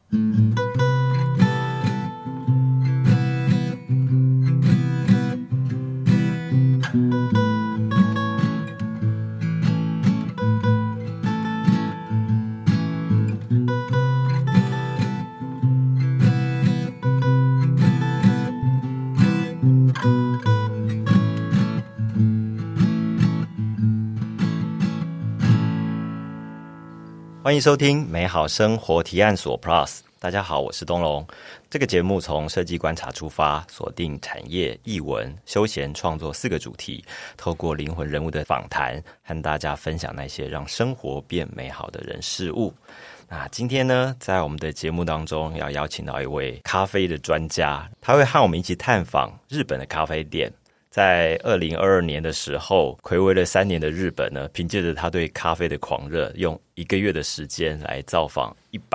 欢迎收听美好生活提案所 Plus。 大家好，我是东龙。这个节目从设计观察出发，锁定产业、艺文、休闲、创作4个主题，透过灵魂人物的访谈，和大家分享那些让生活变美好的人事物。那今天呢，在我们的节目当中要邀请到一位咖啡的专家，他会和我们一起探访日本的咖啡店。在2022年的时候，睽违了3年的日本呢，凭借着他对咖啡的狂热，用1个月的时间来造访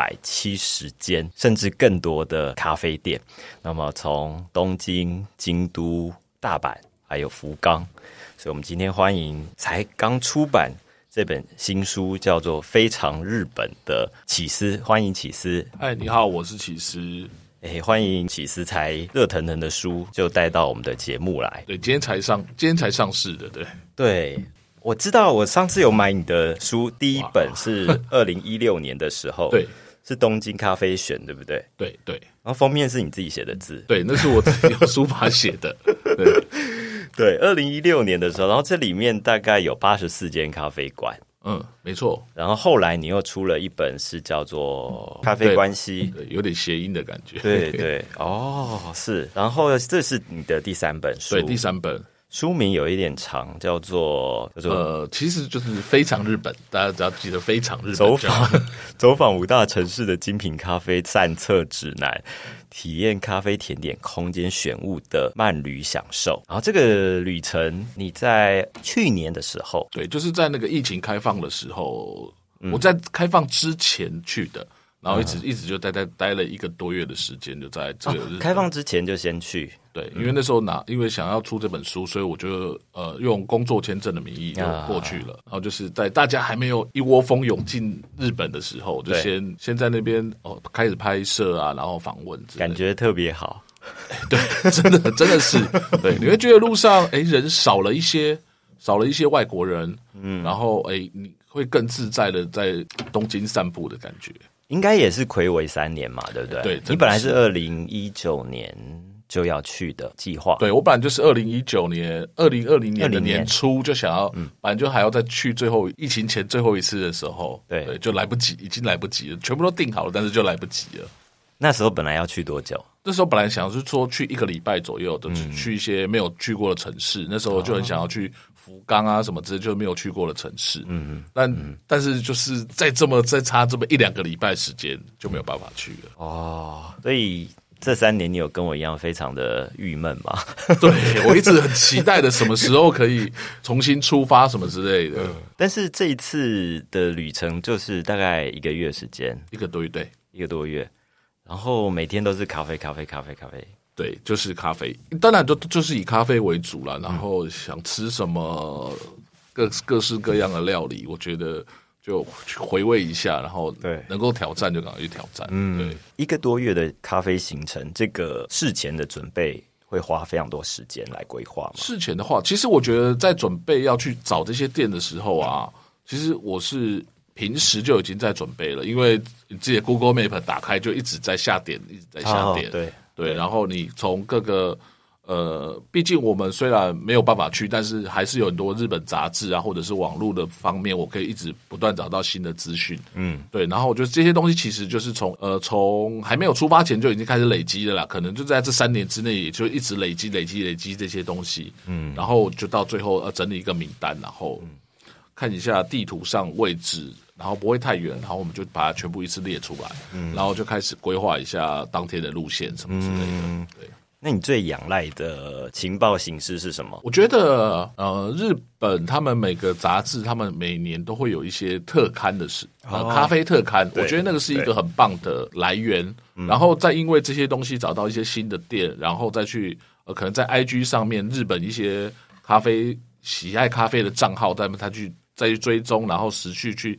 170间甚至更多的咖啡店。那么从东京、京都、大阪还有福冈，所以我们今天欢迎才刚出版这本新书，叫做《非常日本》的启司。欢迎启司。 嗨，你好，我是启司。 欢迎启司才热腾腾的书就带到我们的节目来。 对，今天才上市的。 对，我知道我上次有买你的书，第一本是2016年的时候，对，是东京咖啡选，对不对？ 对。 然后封面是你自己写的字， 对，那是我自己用书法写的。 对，2016年的时候，然后这里面大概有84间咖啡馆。 没错。 然后后来你又出了一本是叫做《咖啡关系》， 对，有点谐音的感觉。 对，是。然后这是你的第3本书， 对，第3本。 书名有一点长，叫做其实就是非常日本，大家只要记得非常日本。 走访5大城市的精品咖啡散策指南，体验咖啡甜点空间选物的慢旅享受。然后这个旅程你在去年的时候， 对，就是在那个疫情开放的时候，我在开放之前去的。然后一直就待了1个多月的时间，就在这个日本开放之前就先去。 对，因为那时候因为想要出这本书，所以我就用工作签证的名义就过去了。然后就是在大家还没有一窝蜂涌进日本的时候，就先在那边开始拍摄啊，然后访问之类的， 感觉特别好。 对，真的是对，你会觉得路上人少了一些外国人，然后你会更自在的在东京散步的感觉。 应该也是睽违3年嘛，对不对？ 对， 你本来是2019年就要去的计划。 对，我本来就是2019年、2020年的年初就想要，本来就还要再去疫情前最后一次的时候，对，就来不及，已经来不及了，全部都定好了，但是就来不及了。 那时候本来要去多久？ 那时候本来想是说去1个礼拜左右的，去一些没有去过的城市。那时候就很想要去福冈啊什么之类，就没有去过的城市。但是就是再差这么1-2个礼拜时间就没有办法去了。 所以这3年你有跟我一样非常的郁闷吗？ 对，我一直很期待的什么时候可以重新出发什么之类的。 但是这一次的旅程就是大概1个月时间 ，1个多月，对 ，1个多月。然后每天都是咖啡。 对，就是咖啡，当然就是以咖啡为主啦。然后想吃什么各式各样的料理，我觉得就去回味一下，然后能够挑战就赶快去挑战。 对，1个多月的咖啡行程，这个事前的准备会花非常多时间来规划吗？ 事前的话，其实我觉得在准备要去找这些店的时候啊，其实我是平时就已经在准备了，因为你自己的 Google Map 打开就一直在下点，对，然后你从各个毕竟我们虽然没有办法去，但是还是有很多日本杂志啊，或者是网络的方面，我可以一直不断找到新的资讯。对，然后我觉得这些东西其实就是从还没有出发前就已经开始累积的啦，可能就在这3年之内，也就一直累积这些东西。然后就到最后整理一个名单，然后看一下地图上位置，然后不会太远，然后我们就把它全部一次列出来，然后就开始规划一下当天的路线什么之类的。对， 那你最仰赖的情报形式是什么？ 我觉得日本他们每个杂志，他们每年都会有一些特刊的咖啡特刊，我觉得那个是一个很棒的来源。然后再因为这些东西找到一些新的店，然后再去可能在 IG 上面日本一些喜爱咖啡的账号，再去追踪，然后持续去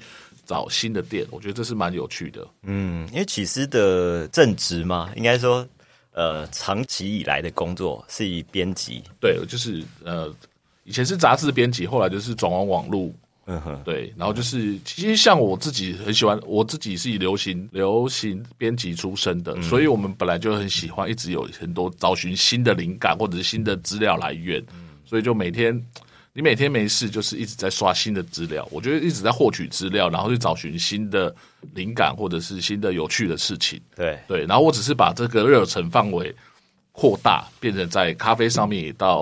找新的店，我觉得这是蛮有趣的。 因为起司的正职嘛，应该说长期以来的工作是以编辑， 对，就是以前是杂志编辑，后来就是转往网络。对，然后就是其实像我自己很喜欢，我自己是以流行编辑出身的，所以我们本来就很喜欢，一直有很多找寻新的灵感或者是新的资料来源，所以就每天没事就是一直在刷新的资料，我觉得一直在获取资料，然后去找寻新的灵感或者是新的有趣的事情。对，然后我只是把这个热忱范围扩大，变成在咖啡上面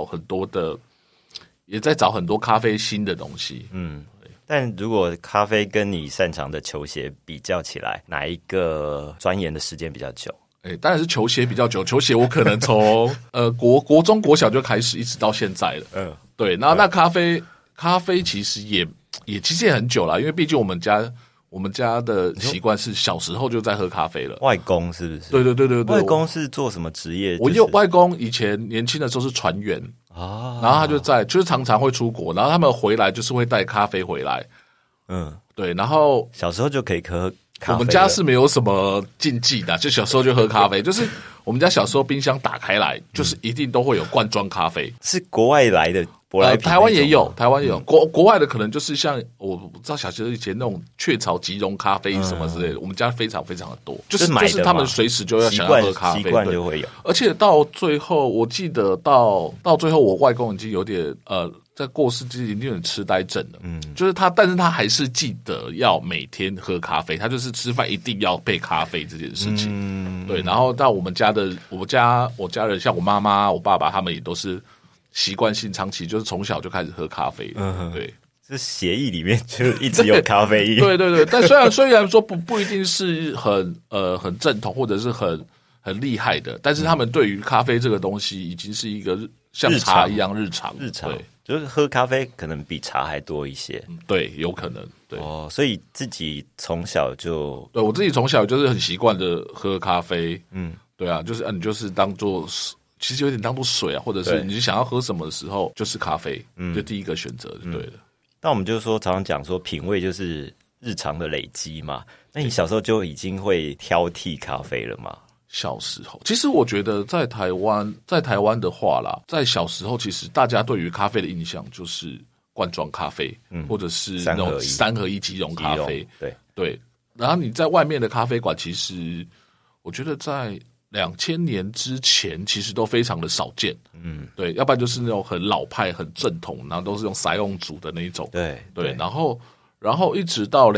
也在找很多咖啡新的东西。 但如果咖啡跟你擅长的球鞋比较起来，哪一个钻研的时间比较久？ 当然是球鞋比较久。球鞋我可能从国中国小就开始，一直到现在了。对，那咖啡其实也其实也很久了，因为毕竟我们家的习惯是小时候就在喝咖啡了。 外公是不是？ 对。 外公是做什么职业？ 外公以前年轻的时候是船员啊，然后他就是常常会出国，然后他们回来就是会带咖啡回来。对，然后小时候就可以喝咖啡。 我们家是没有什么禁忌的，就小时候就喝咖啡，就是我们家小时候冰箱打开来，就是一定都会有罐装咖啡。 是国外来的舶来品？ 台湾也有，国外的可能就是像我不知道小时候以前那种雀巢即溶咖啡什么之类的，我们家非常非常的多，就是他们随时就要想要喝咖啡， 习惯就会有。 而且到最后，我记得到最后，我外公已经有点在过世之前已经有点痴呆症了。就是但是他还是记得要每天喝咖啡，他就是吃饭一定要配咖啡这件事情。对，然后到我家人，像我妈妈、我爸爸，他们也都是习惯性长期就是从小就开始喝咖啡。对， 这协议里面就一直有咖啡因。 对，但虽然说不一定是很正统或者是很厉害的，但是他们对于咖啡这个东西已经是一个像茶一样日常。对， 就是喝咖啡可能比茶还多一些。 对，有可能。对所以自己从小就对我自己从小就是很习惯的喝咖啡。对啊，就是你就是当做其实有点当做水啊，或者是你想要喝什么的时候就是咖啡，就第一个选择就对了。 那我们就说常常讲说品味就是日常的累积嘛，那你小时候就已经会挑剔咖啡了吗？ 小时候，其实我觉得在台湾的话啦，在小时候其实大家对于咖啡的印象就是罐装咖啡，或者是那种3合1即溶咖啡。对，然后你在外面的咖啡馆，其实我觉得在2000年之前其实都非常的少见。对，要不然就是那种很老派、很正统，然后都是用筛用煮的那一种。对，然后一直到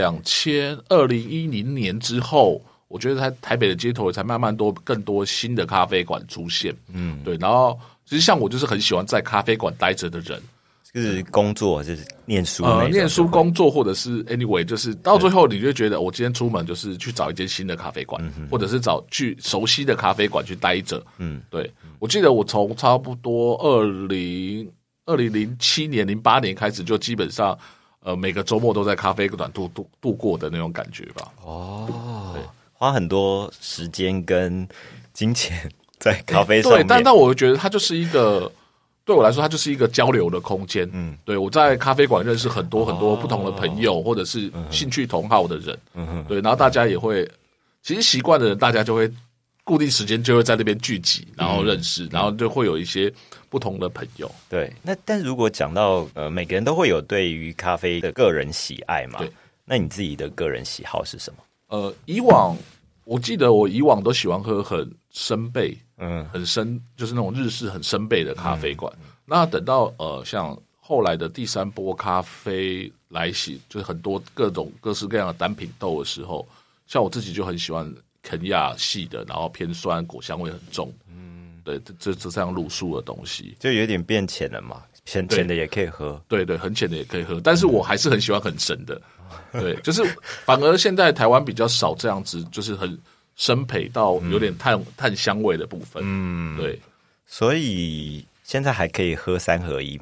2010年之后，我觉得在台北的街头才慢慢更多新的咖啡馆出现。对，然后其实像我就是很喜欢在咖啡馆待着的人， 就是工作，就是念书念书工作，或者是 anyway， 就是到最后你就觉得我今天出门就是去找一间新的咖啡馆，或者是去熟悉的咖啡馆去待着。对，我记得我从差不多2007年、08年开始，就基本上每个周末都在咖啡馆度过的那种感觉吧。 对，花很多时间跟金钱在咖啡上面。 对，但我觉得它就是一个。对我来说，它就是一个交流的空间。对，我在咖啡馆认识很多很多不同的朋友，或者是兴趣同好的人。对，然后大家也会，其实习惯的人，大家就会固定时间就会在那边聚集，然后认识，然后就会有一些不同的朋友。 对，但如果讲到每个人都会有对于咖啡的个人喜爱嘛，对，那你自己的个人喜好是什么？ 我记得我以往都喜欢喝很深焙，很深，就是那种日式很深焙的咖啡馆。那等到像后来的第3波咖啡来袭，就是很多各式各样的单品豆的时候，像我自己就很喜欢肯亚系的，然后偏酸，果香味很重。对，这样卤素的东西， 就有点变浅了嘛。浅的也可以喝， 对，很浅的也可以喝，但是我还是很喜欢很深的。对，就是反而现在台湾比较少这样子，就是很深焙到有点碳香味的部分。对， 所以现在还可以喝3合1吗？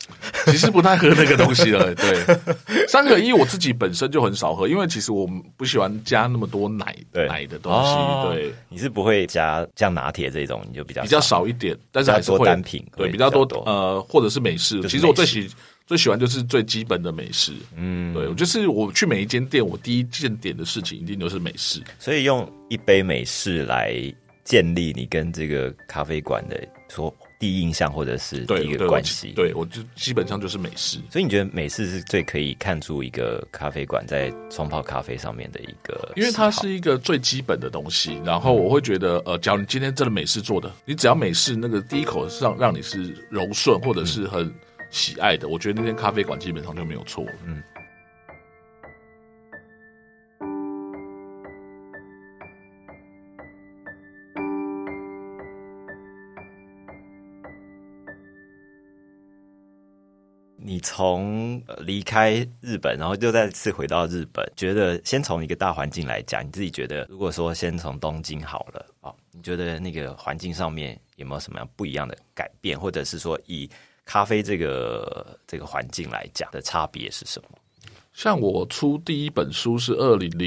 其实不太喝那个东西了。对，3合1我自己本身就很少喝，因为其实我不喜欢加那么多奶的东西。对， 你是不会加像拿铁这种，你就比较少一点，但是还是会单品， 对，比较多或者是美式。其实我最喜欢就是最基本的美式。对，就是我去每一间店，我第一件点的事情一定都是美式。 所以用一杯美式来建立你跟这个咖啡馆的第一印象或者是第一个关系。 对，我就基本上就是美式。 所以你觉得美式是最可以看出一个咖啡馆在冲泡咖啡上面的一个， 因为它是一个最基本的东西。然后我会觉得，假如你今天真的美式做的，你只要美式那个第一口让你是柔顺或者是很喜爱的，我觉得那间咖啡馆基本上就没有错。 你从离开日本，然后就再次回到日本，觉得先从一个大环境来讲，你自己觉得，如果说先从东京好了你觉得那个环境上面有没有什么样不一样的改变，或者是说以咖啡这个环境来讲的差别是什么？ 像我出第一本书是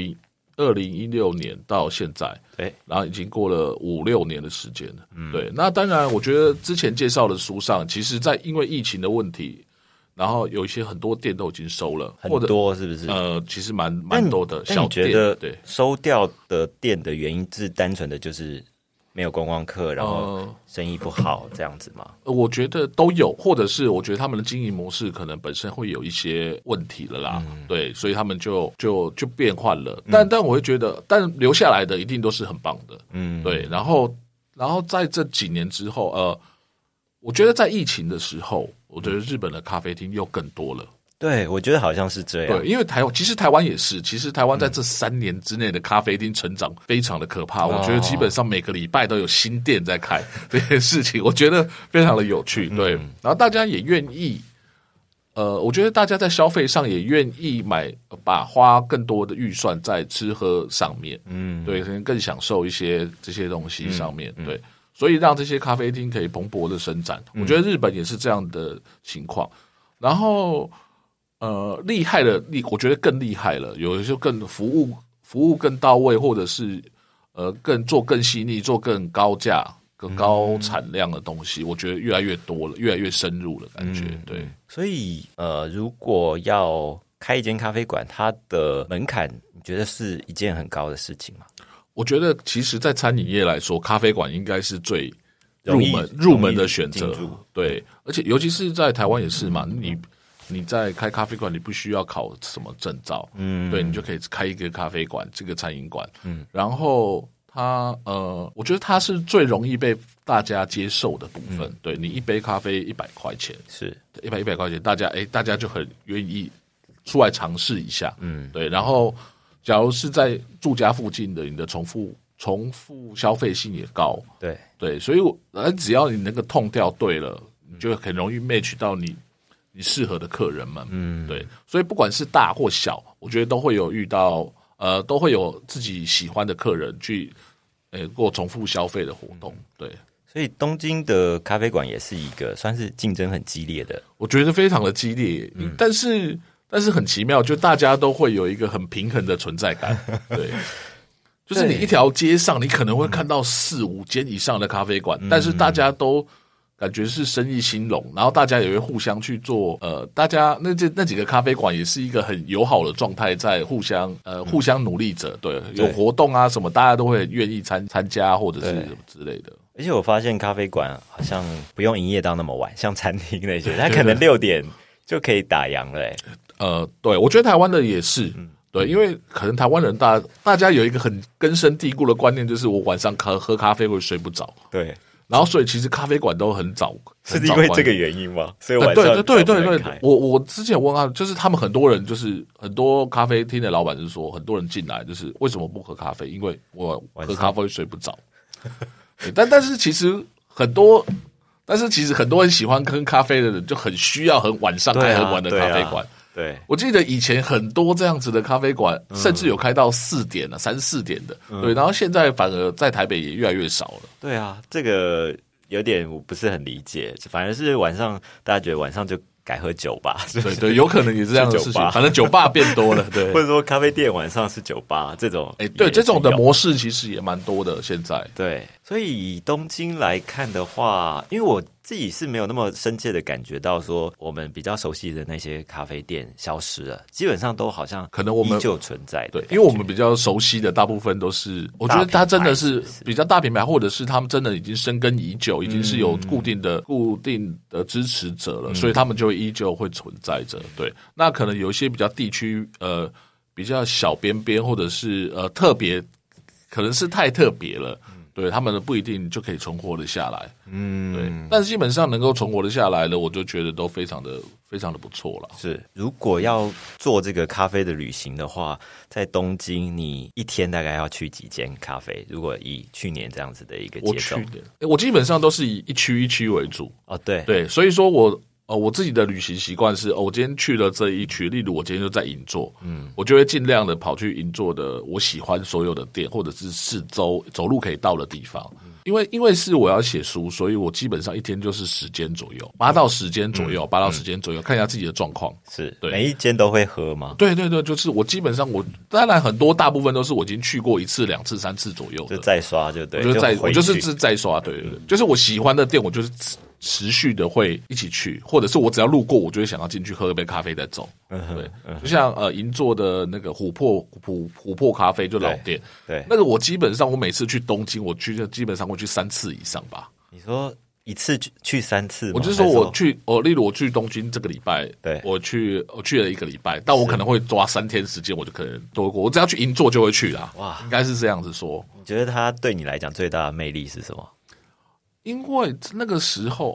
2016年到现在， 对， 然后已经过了5-6年的时间了。对，那当然，我觉得之前介绍的书上，其实在因为疫情的问题。然后有一些很多店都已经收了， 很多是不是？ 其实蛮多的小店。 你觉得对收掉的店的原因是单纯的就是没有观光客，然后生意不好这样子吗？ 我觉得都有，或者是我觉得他们的经营模式可能本身会有一些问题了啦。对，所以他们就变换了。但我会觉得，但留下来的一定都是很棒的。对。然后在这几年之后，我觉得在疫情的时候。我觉得日本的咖啡厅又更多了。 对，我觉得好像是这样。 对，因为其实台湾也是，其实台湾在这3年之内的咖啡厅成长非常的可怕。我觉得基本上每个礼拜都有新店在开这件事情，我觉得非常的有趣。对，然后大家也愿意，我觉得大家在消费上也愿意把花更多的预算在吃喝上面。对，可能更享受一些这些东西上面。对。所以让这些咖啡厅可以蓬勃的伸展，我觉得日本也是这样的情况。然后厉害了，我觉得更厉害了，有些更服务更到位，或者是做更细腻，做更高价、更高产量的东西，我觉得越来越多了，越来越深入了感觉。对， 所以如果要开一间咖啡馆，它的门槛你觉得是一件很高的事情吗？ 我觉得其实在餐饮业来说，咖啡馆应该是最入门的选择。对，而且尤其是在台湾也是嘛，你在开咖啡馆，你不需要考什么证照。对，你就可以开一个咖啡馆，这个餐饮馆。然后我觉得它是最容易被大家接受的部分。对，你一杯咖啡100块钱， 是 100块钱，大家就很愿意出来尝试一下。对，然后。假如是在住家附近的，你的重复消费性也高，对，所以只要你那个痛调对了，你就很容易 match 到你适合的客人们，对，所以不管是大或小，我觉得都会有遇到都会有自己喜欢的客人去过重复消费的活动，对， 所以东京的咖啡馆也是一个算是竞争很激烈的， 我觉得非常的激烈，但是很奇妙，就大家都会有一个很平衡的存在感，对，就是你一条街上，你可能会看到4-5间以上的咖啡馆，但是大家都感觉是生意兴隆，然后大家也会互相去做，大家那几个咖啡馆也是一个很友好的状态，在互相努力着，对，有活动啊什么，大家都会愿意参加或者是什么之类的。 而且我发现咖啡馆好像不用营业到那么晚，像餐厅那些，它可能6点就可以打烊了。 对，我觉得台湾的也是，对，因为可能台湾人大家有一个很根深蒂固的观念，就是我晚上喝咖啡会睡不着， 对， 然后所以其实咖啡馆都很早， 是因为这个原因吗？所以晚上对，我之前有问他，就是他们很多人就是很多咖啡厅的老板是说，很多人进来就是为什么不喝咖啡？因为我喝咖啡会睡不着，但是其实很多人喜欢喝咖啡的人就很需要很晚上开很晚的咖啡馆。 对， 我记得以前很多这样子的咖啡馆，甚至有开到4点了，3-4点的。对，然后现在反而在台北也越来越少了。 对啊，这个有点我不是很理解，反而是晚上大家觉得晚上就改喝酒吧， 对对，有可能也是这样的事情。反正酒吧变多了，对， 或者说咖啡店晚上是酒吧这种， 对，这种的模式其实也蛮多的。现在对，所以以东京来看的话，因为我自己是没有那么深切的感觉到说，我们比较熟悉的那些咖啡店消失了，基本上都好像可能我们依旧存在。 对，因为我们比较熟悉的大部分都是，我觉得它真的是比较大品牌，或者是他们真的已经深耕已久，已经是有固定的支持者了，所以他们就依旧会存在着。对，那可能有一些比较地区比较小边边，或者是特别，可能是太特别了。对，他们不一定就可以存活的下来，对，但是基本上能够存活的下来的，我就觉得都非常的不错了。 是，如果要做这个咖啡的旅行的话，在东京，你一天大概要去几间咖啡？如果以去年这样子的一个节奏， 我基本上都是以一区一区为主。 哦，对对，所以说我自己的旅行习惯是，我今天去了这一区，例如我今天就在银座，我就会尽量的跑去银座的我喜欢所有的店，或者是四周走路可以到的地方。因为是我要写书，所以我基本上一天就是10间左右，8到10间左右，看一下自己的状况。 是， 对， 每一间都会喝吗？ 对对对，就是我基本上当然大部分都是我已经去过1次、2次、3次左右的， 就再刷就对， 我就是再刷，对对对，就是我喜欢的店，我就是持续的会一起去，或者是我只要路过，我就会想要进去喝一杯咖啡再走。对，就像银座的那个琥珀咖啡就老店， 对， 那个我基本上我每次去东京，我去基本上会去3次以上吧。 你说一次去3次吗？ 我就是说例如我去东京这个礼拜，对，我去了1个礼拜，但我可能会抓3天时间，我就可能多过。我只要去银座就会去啦。哇，应该是这样子说。 你觉得它对你来讲最大的魅力是什么？ 因为那个时候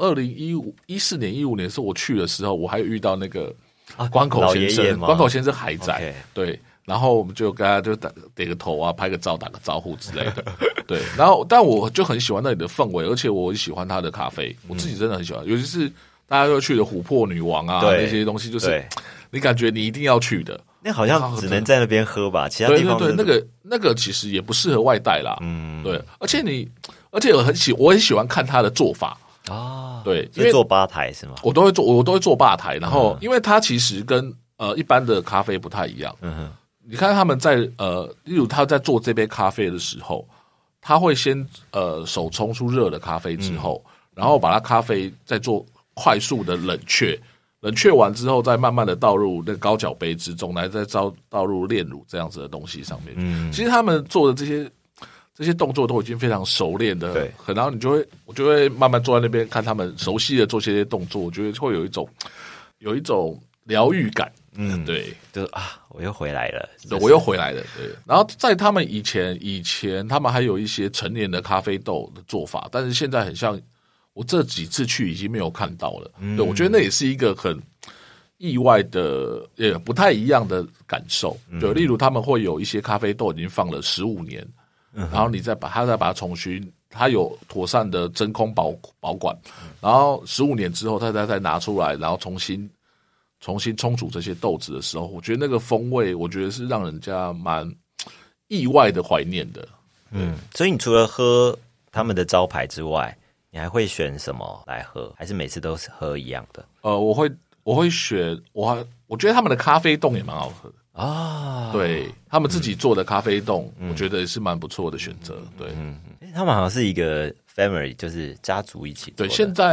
2014年、15年的时候我去的时候，我还有遇到那个关口先生，关口先生还在，对，然后我们就跟他就点个头啊，拍个照，打个招呼之类的，对，然后但我就很喜欢那里的氛围，而且我很喜欢他的咖啡，我自己真的很喜欢，尤其是大家都去的琥珀女王啊那些东西，就是你感觉你一定要去的。 那好像只能在那边喝吧，其他地方对，那个其实也不适合外带啦，对，而且我很喜欢看他的做法啊，对，因为做吧台是吗？ 我都会做吧台，然后因为它其实跟一般的咖啡不太一样，你看他们在例如他在做这杯咖啡的时候，他会先手冲出热的咖啡之后，然后把它咖啡再做快速的冷却完之后，再慢慢的倒入那个高脚杯之中，来再倒入炼乳这样子的东西上面。其实他们做的这些动作都已经非常熟练的，对，然后我就会慢慢坐在那边看他们熟悉的做这些动作，我觉得会有一种疗愈感。对， 就是我又回来了， 我又回来了，对。然后在他们以前他们还有一些陈年的咖啡豆的做法，但是现在很像。我这几次去已经没有看到了，对，我觉得那也是一个很意外的，也不太一样的感受。对，例如他们会有一些咖啡豆已经放了15年，然后你再把它重新，它有妥善的真空保管，然后15年之后，它再拿出来，然后重新冲煮这些豆子的时候，我觉得那个风味，我觉得是让人家蛮意外的怀念的。 所以你除了喝他们的招牌之外，你还会选什么来喝？还是每次都是喝一样的？ 我会选我觉得他们的咖啡冻也蛮好喝的啊。对，他们自己做的咖啡冻，我觉得也是蛮不错的选择。对， 他们好像是一个 family， 就是家族一起做的。 对，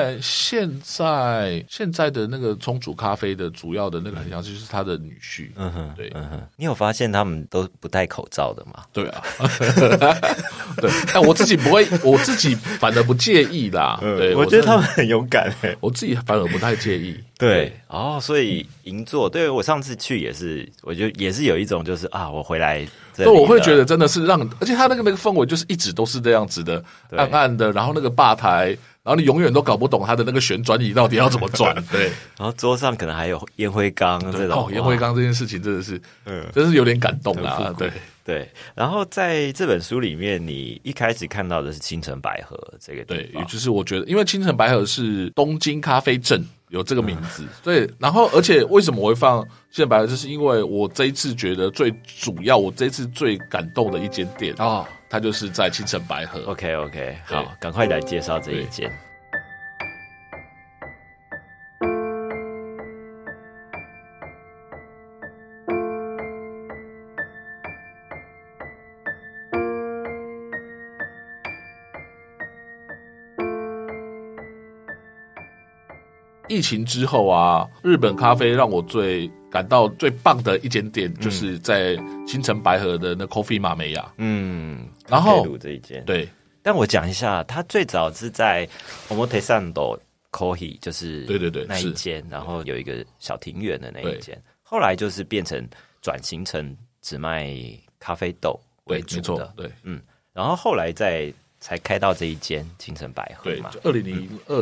现在的那个冲煮咖啡的主要的那个很像就是他的女婿。对， 你有发现他们都不戴口罩的吗？ 对啊，对，但我自己不会，我自己反而不介意啦。对， 我觉得他们很勇敢我自己反而不太介意。 对，所以银座，对，我上次去也是，我觉得也是有一种就是我回来这里了， 对，我会觉得真的是而且他那个氛围就是一直都是这样子的，暗暗的，然后那个吧台，然后你永远都搞不懂它的那个旋转椅到底要怎么转，对， 然后桌上可能还有烟灰缸这种， 烟灰缸这件事情真的是，真是有点感动啦， 对。然后在这本书里面，你一开始看到的是清澄白河这个地方， 对，就是我觉得，因为清澄白河是东京咖啡镇。有这个名字，对，然后而且为什么我会放清澄白河，就是因为我这一次觉得最主要，我这一次最感动的一间店它就是在清澄白河。 OK， 好，赶快来介绍这一间。 疫情之后啊，日本咖啡让我感到最棒的一间店，就是在新城白河的那 Coffee 马梅亚。然后这一间对， 但我讲一下，它最早是在 Omotesando Coffee， 就是对那一间，然后有一个小庭院的那一间，后来就是变成转型成只卖咖啡豆为主的， 对， 然后后来才开到这一间新城百合嘛， 对，就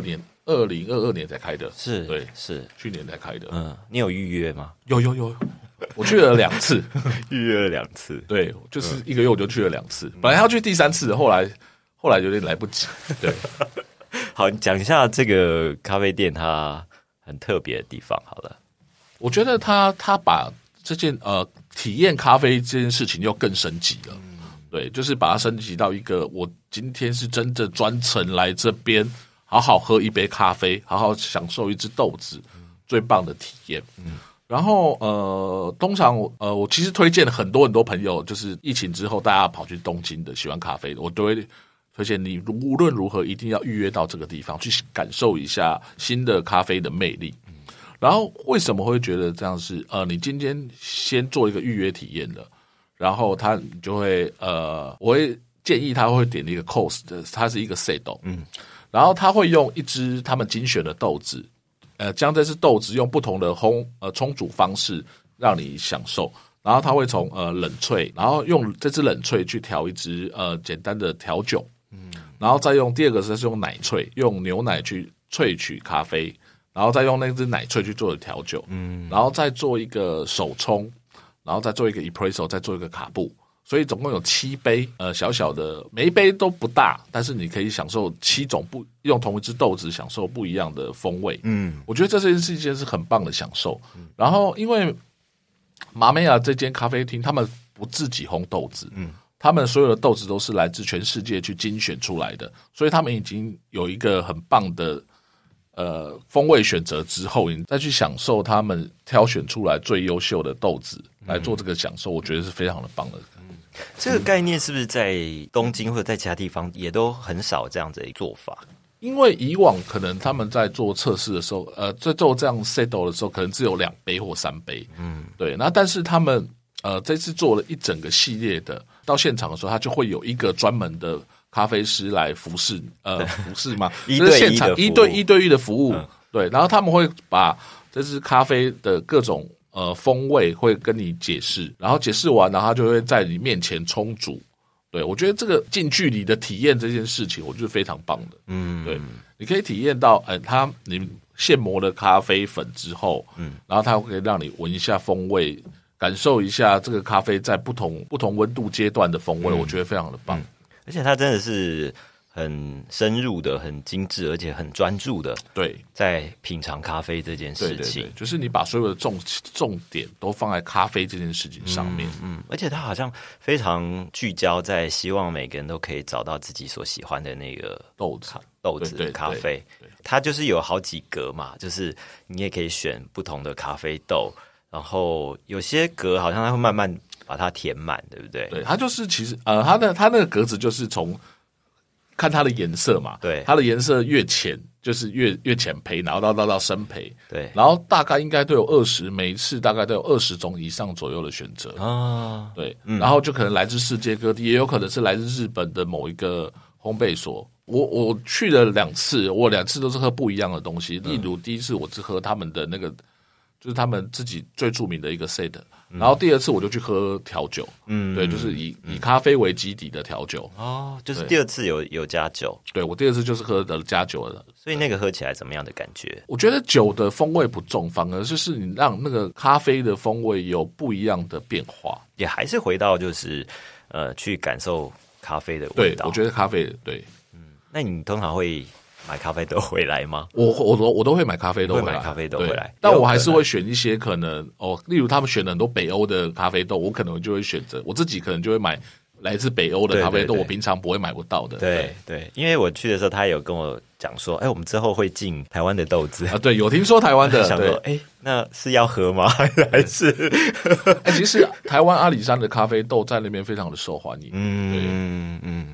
2022年才开的， 是， 对， 是去年才开的。 你有预约吗？ 有，我去了2次， 预约了2次， 对，就是1个月我就去了2次，本来要去第3次，后来有点来不及，对。 好，你讲一下这个咖啡店它很特别的地方好了。 我觉得他把这件体验咖啡这件事情又更升级了，对，就是把它升级到一个我今天是真的专程来这边好好喝一杯咖啡，好好享受一支豆子，最棒的体验。然后通常我其实推荐了很多朋友，就是疫情之后大家跑去东京的喜欢咖啡的，我都会推荐你无论如何一定要预约到这个地方去感受一下新的咖啡的魅力。然后为什么会觉得这样是你今天先做一个预约体验的，然后你就会我会建议他会点一个 course 的，它是一个 set，然后他会用一支他们精选的豆子，将这支豆子用不同的冲煮方式让你享受，然后他会从冷萃，然后用这支冷萃去调一支简单的调酒，然后再用第二个是用奶萃，用牛奶去萃取咖啡，然后再用那支奶萃去做的调酒，然后再做一个手冲，然后再做一个 espresso， 再做一个卡布，所以总共有7杯，小小的，每一杯都不大，但是你可以享受7种用同一支豆子享受不一样的风味。我觉得这是一件是很棒的享受。然后因为马梅亚这间咖啡厅，他们不自己烘豆子，他们所有的豆子都是来自全世界去精选出来的，所以他们已经有一个很棒的风味选择之后，你再去享受他们挑选出来最优秀的豆子来做这个享受，我觉得是非常的棒的。 这个概念是不是在东京或者在其他地方也都很少这样子的做法？ 因为以往可能他们在做测试的时候，在做这样 set 的时候，可能只有2杯或3杯，对。那但是他们这次做了一整个系列的，到现场的时候，他就会有一个专门的咖啡师来服侍吗？就是现场一对一的服务，对。然后他们会把这支咖啡的各种风味会跟你解释，然后解释完，然后他就会在你面前冲煮。对，我觉得这个近距离的体验这件事情，我觉得非常棒的。对，你可以体验到，你现磨的咖啡粉之后，然后它会让你闻一下风味，感受一下这个咖啡在不同温度阶段的风味，我觉得非常的棒。 而且它真的是很深入的、很精致，而且很专注的， 对， 在品尝咖啡这件事情。 对，就是你把所有的重点都放在咖啡这件事情上面。 而且它好像非常聚焦在希望每个人都可以找到自己所喜欢的那个豆子的咖啡。它就是有好几格嘛，就是你也可以选不同的咖啡豆，然后有些格好像它会慢慢把它填满，对不对？ 对，它就是其实它那个格子就是从看它的颜色嘛， 对， 它的颜色越浅就是越浅焙，然后到深焙， 对， 然后大概应该都有每一次大概都有20种以上左右的选择啊，对，然后就可能来自世界各地，也有可能是来自日本的某一个烘焙所。我去了2次，我2次都是喝不一样的东西，例如第一次我是喝他们的那个，就是他们自己最著名的一个 set。然后第2次我就去喝调酒，对，就是以咖啡为基底的调酒。 就是第2次有加酒。 对，我第2次就是喝的加酒的。 所以那个喝起来怎么样的感觉？ 我觉得酒的风味不重，反而就是你让那个咖啡的风味有不一样的变化。 也还是回到就是去感受咖啡的味道。 对，我觉得咖啡对。 那你通常会买咖啡豆回来吗？ 我都会买咖啡豆回来， 买咖啡豆回来， 但我还是会选一些可能例如他们选了很多北欧的咖啡豆，我可能就会选择我自己可能就会买来自北欧的咖啡豆，我平常不会买不到的。 对，因为我去的时候，他有跟我讲说，我们之后会进台湾的豆子啊，对，有听说台湾的， 想说，那是要喝吗？还是？ 其实台湾阿里山的咖啡豆在那边非常的受欢迎。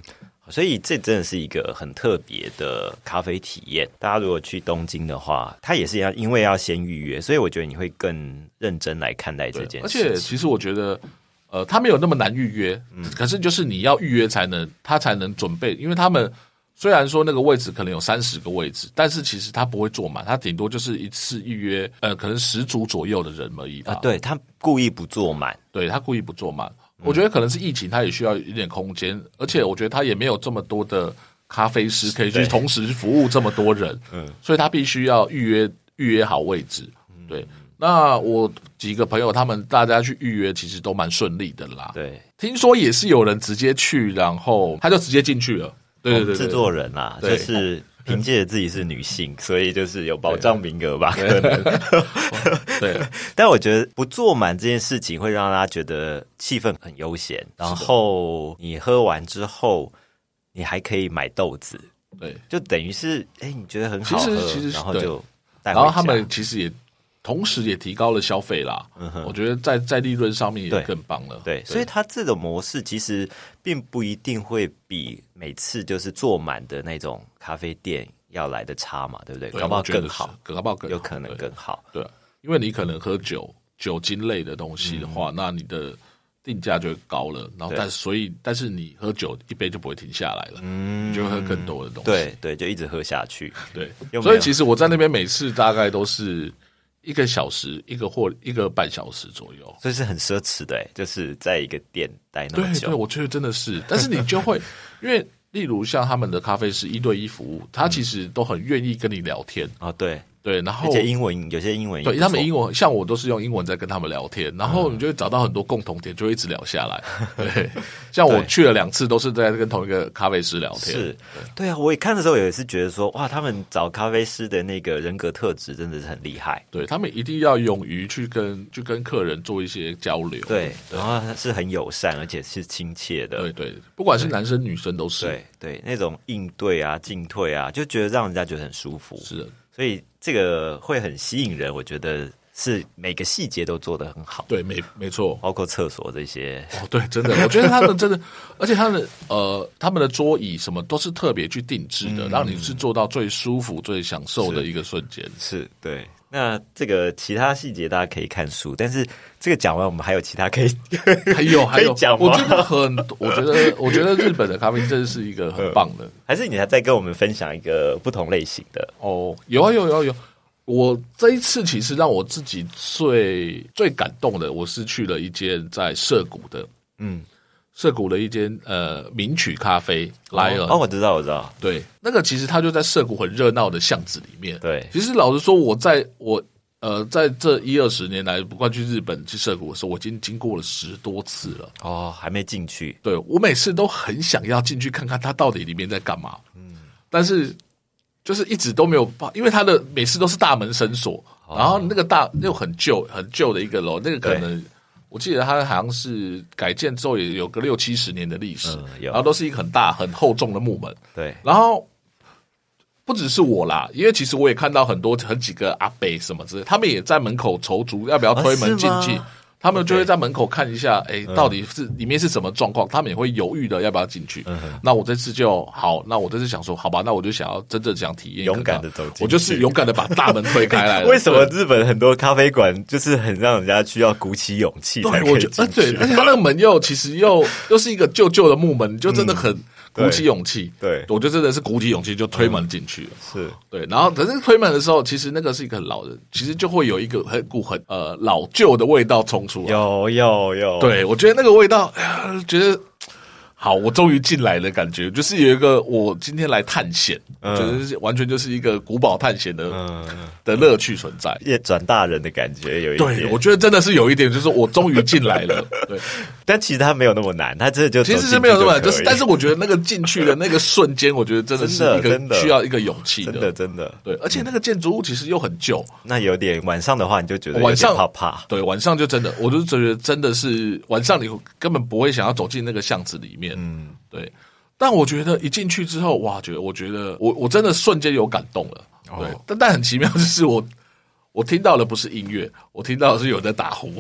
所以这真的是一个很特别的咖啡体验。大家如果去东京的话，它也是因为要先预约，所以我觉得你会更认真来看待这件事情。 而且其实我觉得它没有那么难预约，可是就是你要预约它才能准备，因为他们虽然说那个位置可能有30个位置，但是其实它不会坐满，它顶多就是一次预约可能10组左右的人而已吧。 对，他故意不坐满， 对，他故意不坐满。我觉得可能是疫情，他也需要一点空间，而且我觉得他也没有这么多的咖啡师可以去同时服务这么多人，所以他必须要预约好位置。对，那我几个朋友他们大家去预约，其实都蛮顺利的啦。 对， 听说也是有人直接去，然后他就直接进去了。对， 制作人啦，就是凭借着自己是女性，所以就是有保障名额吧，可能。 对， 但我觉得不坐满这件事情会让大家觉得气氛很悠闲，然后你喝完之后，你还可以买豆子， 对， 就等于是你觉得很好喝， 其实然后就带回家。 然后他们其实也同时也提高了消费啦，我觉得在利润上面也更棒了。 对，所以它这种模式其实并不一定会比每次就是坐满的那种咖啡店要来的差嘛，对不对？搞不好更好， 搞不好更好， 有可能更好。 对，因为你可能喝酒精类的东西的话，那你的定价就会高了，然后但是你喝酒一杯就不会停下来了，你就会喝更多的东西。 对，就一直喝下去。 对，所以其实我在那边每次大概都是1个小时，或1个半小时左右， 所以是很奢侈的，就是在一个店待那么久。 对，我觉得真的是，但是你就会因为例如像他们的咖啡师1对1服务，他其实都很愿意跟你聊天啊，对， 然后而且有些英文对他们英文，像我都是用英文在跟他们聊天，然后你就会找到很多共同点，就会一直聊下来。对，像我去了2次，都是在跟同一个咖啡师聊天。 是，对啊，我也看的时候也是觉得说，哇，他们找咖啡师的那个人格特质真的是很厉害。 对，他们一定要勇于去跟客人做一些交流。 对，然后是很友善，而且是亲切的。 对，不管是男生女生都是。 对，那种应对啊、进退啊，就觉得让人家觉得很舒服。 是的。 所以这个会很吸引人，我觉得是每个细节都做得很好。 对，没错， 包括厕所这些。 对，真的，我觉得他们真的，而且他们的桌椅什么都是特别去定制的，让你是做到最舒服、最享受的一个瞬间。 是，对。那这个其他细节大家可以看书，但是这个讲完，我们还有其他可以还有讲吗？ 我觉得日本的咖啡真是一个很棒的。 还是你还再跟我们分享一个不同类型的？ 有。我这一次其实让我自己最感动的，我是去了一间在涩谷的，涩谷的一间名曲咖啡来了。 我知道。 对，那个其实它就在涩谷很热闹的巷子里面。 对， 其实老实说，我在这10-20年来，不管去日本去涩谷的时候，我已经经过了10多次了。 还没进去。 对，我每次都很想要进去看看它到底里面在干嘛。但是就是一直都没有，因为它的每次都是大门深锁，然后那个又很旧的一个楼，那个可能我记得它好像是改建之后也有个60-70年的历史，然后都是一个很大很厚重的木门。 对， 然后不只是我啦，因为其实我也看到很几个阿伯什么之类，他们也在门口筹足要不要推门进去。他们就会在门口看一下，到底是里面是什么状况，他们也会犹豫的要不要进去。那我这次那我这次想说，好吧，那我就想要真正想体验， 勇敢的走进去， 我就是勇敢的把大门推开来了。 为什么日本很多咖啡馆就是很让人家需要鼓起勇气才可以进去？ 对，而且他那个门其实又是一个旧的木门，就真的很鼓起勇气。 对， 我就真的是鼓起勇气就推门进去了。 是对，然后可是推门的时候，其实那个是一个很老的，其实就会有一个很老旧的味道冲出来。 有， 对，我觉得那个味道，觉得好，我终于进来的感觉，就是有一个我今天来探险，就是完全就是一个古堡探险的乐趣存在， 也转大人的感觉有一点。 对，我觉得真的是有一点，就是我终于进来了。对， 但其实它没有那么难，它真的其实是没有那么难，就是但是我觉得那个进去的那个瞬间，我觉得真的是一个需要一个勇气的， 真的。 对，而且那个建筑物其实又很旧， 那有点晚上的话，你就觉得有点怕。 对，晚上就真的，我就觉得真的是晚上你根本不会想要走进那个巷子里面。对。但我觉得一进去之后，哇，我觉得我真的瞬间有感动了。对，但很奇妙就是我听到的不是音乐，我听到的是有人在打呼。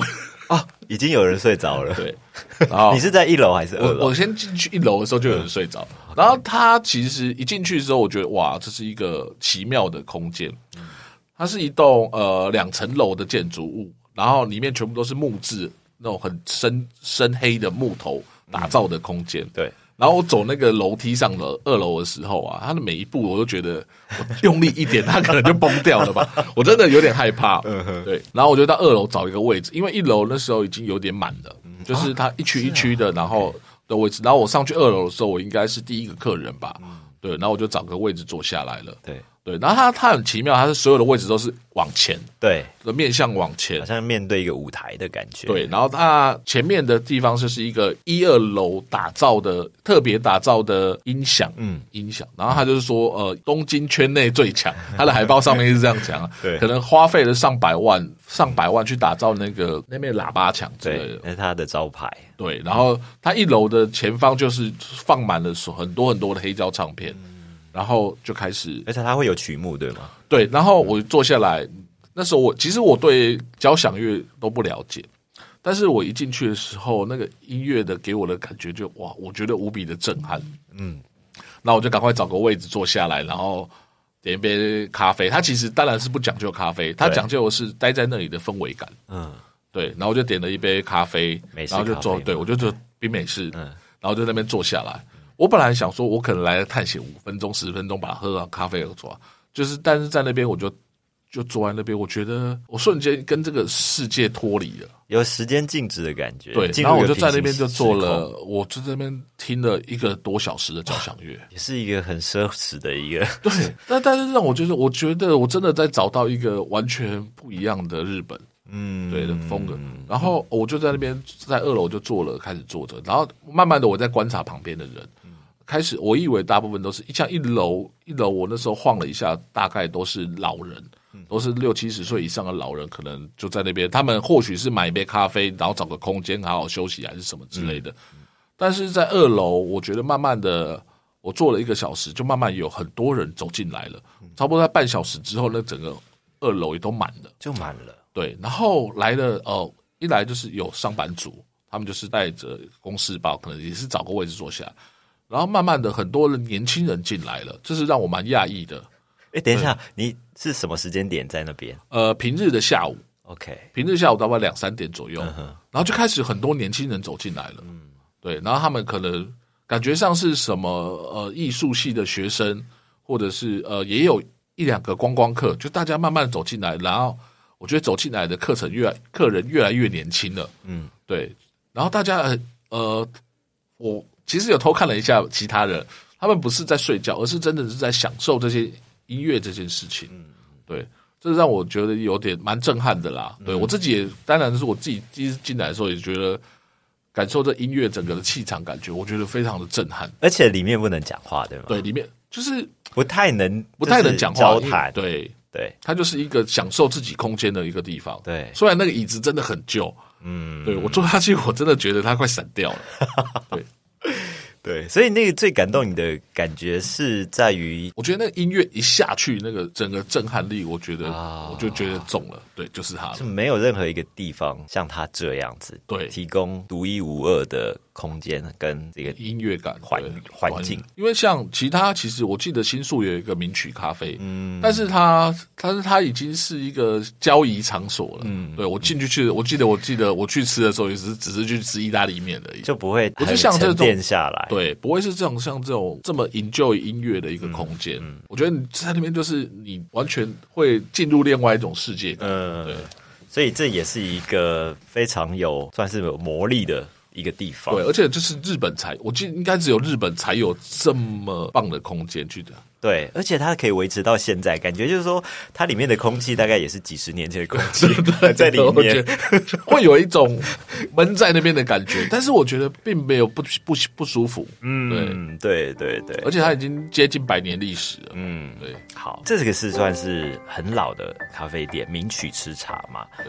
已经有人睡着了。 对，然后你是在1楼还是2楼？ 我先进去1楼的时候就有人睡着，然后他其实一进去之后，我觉得哇，这是一个奇妙的空间。它是一栋2层楼的建筑物，然后里面全部都是木质那种很深黑的木头打造的空间。 对。 然后我走那个楼梯上了2楼的时候啊，它的每一步我都觉得我用力一点，它可能就崩掉了吧，我真的有点害怕。对，然后我就到2楼找一个位置，因为1楼那时候已经有点满了，就是它一区一区的，然后的位置。然后我上去2楼的时候，我应该是第一个客人吧，对，然后我就找个位置坐下来了。对，然后它很奇妙，它是所有的位置都是往前， 对， 面向往前， 好像面对一个舞台的感觉。 对，然后它前面的地方就是一个1、2楼特别打造的音响，音响。然后他就是说，东京圈内最强，他的海报上面是这样讲，对，可能花费了上百万去打造那边喇叭墙之类的， 那是他的招牌。 对，然后他1楼的前方就是放满了很多很多的黑胶唱片。然后就开始， 而且它会有曲目，对吗？ 对，然后我坐下来，那时候其实我对交响乐都不了解，但是我一进去的时候，那个音乐的给我的感觉就哇，我觉得无比的震撼。那我就赶快找个位置坐下来，然后点一杯咖啡。他其实当然是不讲究咖啡，他讲究的是待在那里的氛围感。对，然后我就点了一杯咖啡，然后就坐，对，我就做冰美式，然后就在那边坐下来。我本来想说，我可能来探险5分钟、10分钟，把它喝到咖啡而走，但是在那边我就坐在那边，我觉得我瞬间跟这个世界脱离了， 有时间静止的感觉。 对，然后我就在那边就坐了，我就在那边听了1个多小时的交响乐， 也是一个很奢侈的一个。 对，但是让我觉得我真的在找到一个完全不一样的日本。对的风格。然后我就在那边，在2楼就开始坐着，然后慢慢的我在观察旁边的人。开始我以为大部分都是像一楼我那时候晃了一下，大概都是老人，都是60、70岁以上的老人，可能就在那边，他们或许是买一杯咖啡，然后找个空间好好休息还是什么之类的。但是在2楼，我觉得慢慢的，我坐了1个小时，就慢慢有很多人走进来了，差不多在半小时之后，那整个2楼也都满了， 就满了。 对，然后来了一来就是有上班族，他们就是带着公事包，可能也是找个位置坐下。然后慢慢的，很多年轻人进来了，这是让我蛮讶异的。 等一下，你是什么时间点在那边？ 平日的下午 ，OK， 平日下午大概2、3点左右，然后就开始很多年轻人走进来了。对，然后他们可能感觉上是什么艺术系的学生，或者是也有1、2个观光客，就大家慢慢走进来，然后我觉得走进来的客人越来越年轻了。对，然后大家我其实有偷看了一下其他人，他们不是在睡觉，而是真的是在享受这些音乐这件事情。对，这让我觉得有点蛮震撼的啦。对，我自己也当然是我自己第一次进来的时候也觉得感受这音乐整个的气场感觉，我觉得非常的震撼。 而且里面不能讲话，对吗？ 对，里面就是不太能讲话交谈。 对，它就是一个享受自己空间的一个地方。 对， 虽然那个椅子真的很旧，对，我坐下去我真的觉得它快散掉了。对。 对，所以那个最感动你的感觉是在于， 我觉得那个音乐一下去，那个整个震撼力，我觉得我就觉得中了。对，就是它了， 是没有任何一个地方像它这样子， 对， 提供独一无二的空间跟这个音乐感环境。 因为像其他，其实我记得新宿有一个名曲咖啡，但是它已经是一个交易场所了。对，我进去，我记得我去吃的时候，也只是去吃意大利面而已， 就不会不是像这种沉淀下来。 对，不会是像这种这么 enjoy 音乐的一个空间。我觉得你在那边就是你完全会进入另外一种世界感。对， 所以这也是一个非常算是有魔力的一个地方。 对，而且这是日本我记得应该只有日本才有这么棒的空间去的。 对，而且它可以维持到现在，感觉就是说它里面的空气大概也是几十年前的空气在里面， 会有一种闷在那边的感觉，但是我觉得并没有不舒服。 对， 而且它已经接近100年历史了。对， 好，这个是算是很老的咖啡店，名曲吃茶嘛。 对。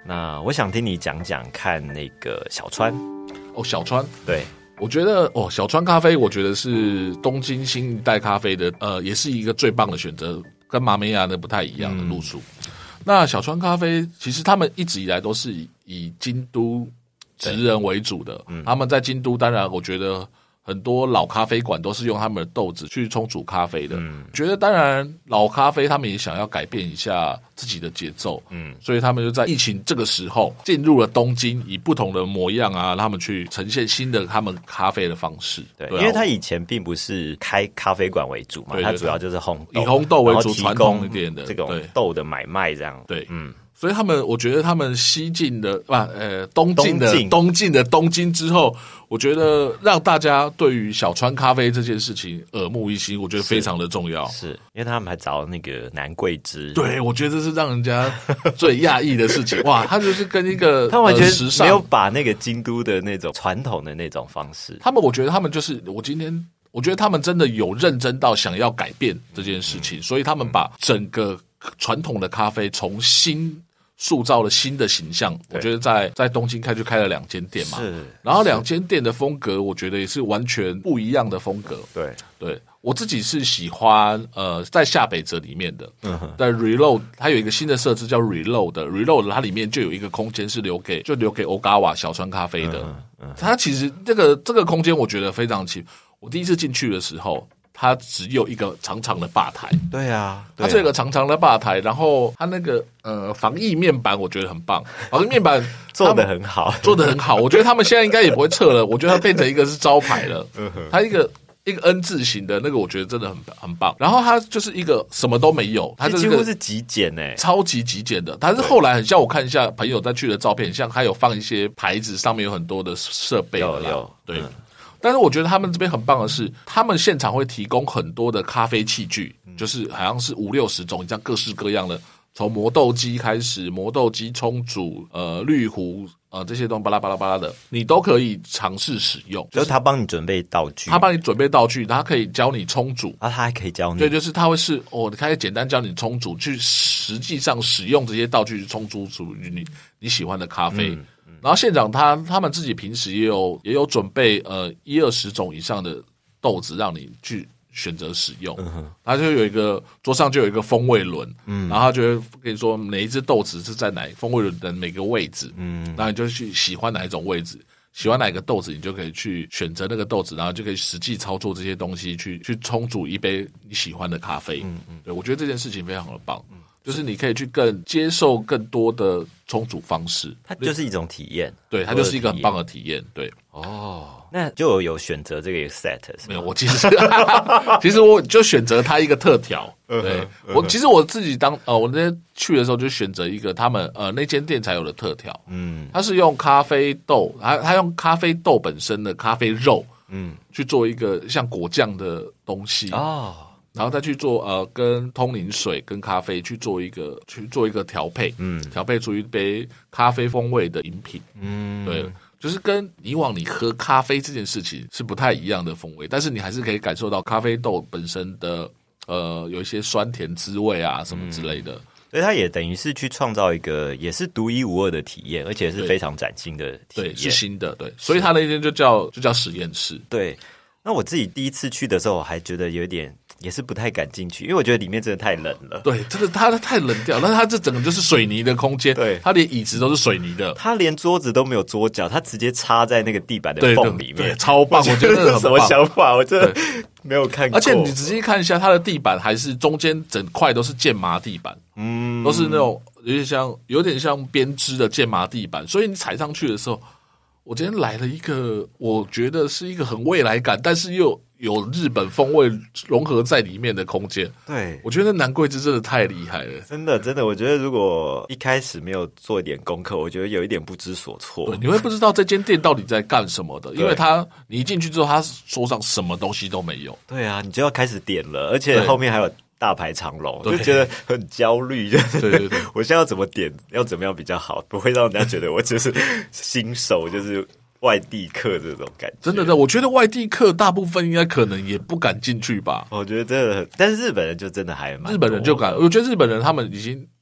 那我想听你讲讲看那个小川。 小川， 对， 我觉得小川咖啡，我觉得是东京新一代咖啡的也是一个最棒的选择，跟马美雅的不太一样的路数。那小川咖啡其实他们一直以来都是以京都职人为主的，他们在京都当然我觉得很多老咖啡馆都是用他们的豆子去冲煮咖啡的。觉得当然老咖啡他们也想要改变一下自己的节奏，所以他们就在疫情这个时候进入了东京，以不同的模样啊，他们去呈现新的他们咖啡的方式。 对，因为他以前并不是开咖啡馆为主嘛， 对， 他主要就是烘豆， 以烘豆为主，传统一点的这种豆的买卖这样。 对，所以我觉得他们西进的东进的东京之后，我觉得让大家对于小川咖啡这件事情耳目一新，我觉得非常的重要。 是因为他们还找那个南桂枝， 对，我觉得这是让人家最讶异的事情。哇，他就是跟一个他完全时尚没有把那个京都的那种传统的那种方式。 我觉得他们就是我觉得他们真的有认真到想要改变这件事情，所以他们把整个传统的咖啡重新塑造了新的形象。我觉得在东京开了2间店嘛，然后2间店的风格，我觉得也是完全不一样的风格。对，我自己是喜欢在下北泽里面的，在 Reload 它有一个新的设置叫 Reload 它里面就有一个空间是留给 Ogawa 小川咖啡的。它其实这个空间我觉得非常奇。我第一次进去的时候，它只有一个长长的吧台。 对啊， 它这个长长的吧台，然后它那个防疫面板我觉得很棒，防疫面板做得很好。 我觉得他们现在应该也不会撤了，我觉得它变成一个是招牌了。它一个 N 字形的那个，我觉得真的很棒。然后它就是一个什么都没有，它就是几乎是极简超级极简的。但是后来很像我看一下朋友在去的照片，像还有放一些牌子，上面有很多的设备。 有对。但是我觉得他们这边很棒的是，他们现场会提供很多的咖啡器具，就是好像是50-60种，这样各式各样的，从磨豆机开始，磨豆机冲煮，滤壶，这些东西巴拉巴拉巴拉的，你都可以尝试使用。 就是他帮你准备道具， 他可以教你冲煮， 他还可以教你， 对，就是他会他可以简单教你冲煮，去实际上使用这些道具去冲煮出你喜欢的咖啡。然后现场他们自己平时也有准备1-20种以上的豆子让你去选择使用。他就有一个桌上就有一个风味轮，然后他就会跟你说哪一只豆子是在风味轮的每个位置，然后你就去喜欢哪一种位置，喜欢哪个豆子，你就可以去选择那个豆子，然后就可以实际操作这些东西去冲煮一杯你喜欢的咖啡。对，我觉得这件事情非常的棒。就是你可以去更接受更多的冲煮方式， 它就是一种体验。 对，它就是一个很棒的体验。对， 那就有选择这个 set 没有？我其实我就选择它一个特调。对，其实我自己我那天去的时候就选择一个他们那间店才有的特调。它是用咖啡豆，它用咖啡豆本身的咖啡肉，去做一个像果酱的东西。然后再去做跟通灵水跟咖啡去做一个调配，调配出一杯咖啡风味的饮品。对，就是跟以往你喝咖啡这件事情是不太一样的风味，但是你还是可以感受到咖啡豆本身的有一些酸甜滋味啊什么之类的。 所以它也等于是去创造一个也是独一无二的体验，而且是非常崭新的体验。 对，是新的。对，所以它那间就叫实验室。 对，那我自己第一次去的时候，我还觉得有点也是不太敢进去，因为我觉得里面真的太冷了。 对，真的它太冷掉，但是它这整个就是水泥的空间，对，它连椅子都是水泥的， 它连桌子都没有桌脚，它直接插在那个地板的缝里面， 对，超棒！我觉得什么想法？我真的没有看过。 而且你仔细看一下，它的地板还是中间整块都是键麻地板，都是那种有点像编织的键麻地板，所以你踩上去的时候，我今天来了一个，我觉得是一个很未来感，但是又有日本风味融合在里面的空间。 对， 我觉得南桂枝真的太厉害了， 真的，我觉得如果一开始没有做一点功课，我觉得有一点不知所措。 对，你会不知道这间店到底在干什么的，因为你一进去之后，他桌上什么东西都没有。 对啊，你就要开始点了，而且后面还有大排长龙，就觉得很焦虑。对，我现在要怎么点，要怎么样比较好，不会让人家觉得我就是新手，就是外地客这种感觉。 真的，我觉得外地客大部分应该可能也不敢进去吧。 我觉得但是日本人就真的还蛮多， 日本人就敢。我觉得日本人他们已经